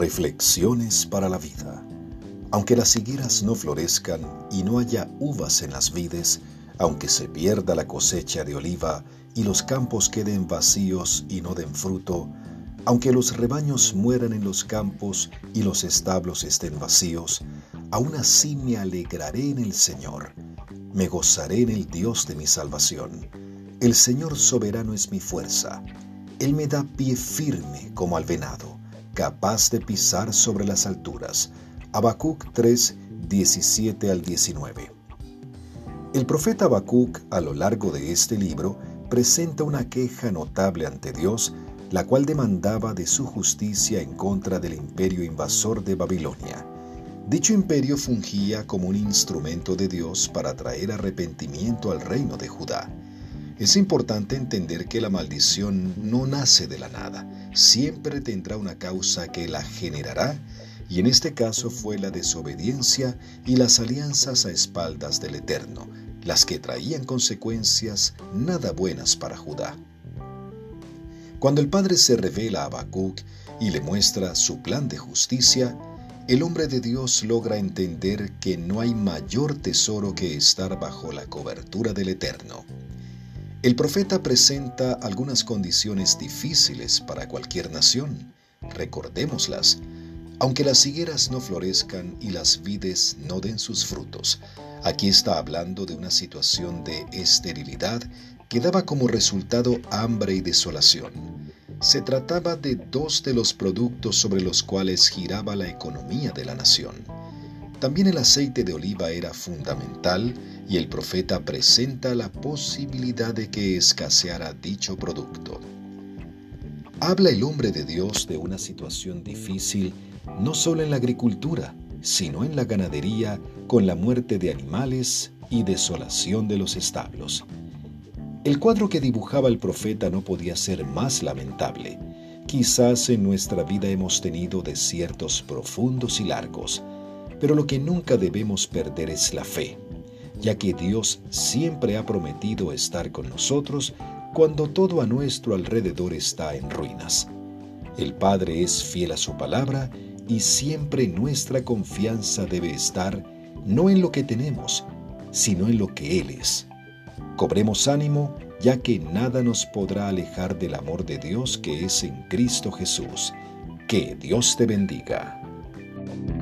Reflexiones para la vida. Aunque las higueras no florezcan y no haya uvas en las vides, aunque se pierda la cosecha de oliva y los campos queden vacíos y no den fruto, aunque los rebaños mueran en los campos y los establos estén vacíos, aún así me alegraré en el Señor, me gozaré en el Dios de mi salvación. El Señor soberano es mi fuerza, Él me da pie firme como al venado, capaz de pisar sobre las alturas. Habacuc 3, 17 al 19. El profeta Habacuc, a lo largo de este libro, presenta una queja notable ante Dios, la cual demandaba de su justicia en contra del imperio invasor de Babilonia. Dicho imperio fungía como un instrumento de Dios para traer arrepentimiento al reino de Judá. Es importante entender que la maldición no nace de la nada, siempre tendrá una causa que la generará, y en este caso fue la desobediencia y las alianzas a espaldas del Eterno, las que traían consecuencias nada buenas para Judá. Cuando el Padre se revela a Habacuc y le muestra su plan de justicia, el hombre de Dios logra entender que no hay mayor tesoro que estar bajo la cobertura del Eterno. El profeta presenta algunas condiciones difíciles para cualquier nación. Recordémoslas. Aunque las higueras no florezcan y las vides no den sus frutos. Aquí está hablando de una situación de esterilidad que daba como resultado hambre y desolación. Se trataba de dos de los productos sobre los cuales giraba la economía de la nación. También el aceite de oliva era fundamental y el profeta presenta la posibilidad de que escaseara dicho producto. Habla el hombre de Dios de una situación difícil no solo en la agricultura, sino en la ganadería, con la muerte de animales y desolación de los establos. El cuadro que dibujaba el profeta no podía ser más lamentable. Quizás en nuestra vida hemos tenido desiertos profundos y largos, pero lo que nunca debemos perder es la fe, ya que Dios siempre ha prometido estar con nosotros cuando todo a nuestro alrededor está en ruinas. El Padre es fiel a su palabra y siempre nuestra confianza debe estar no en lo que tenemos, sino en lo que Él es. Cobremos ánimo, ya que nada nos podrá alejar del amor de Dios que es en Cristo Jesús. Que Dios te bendiga.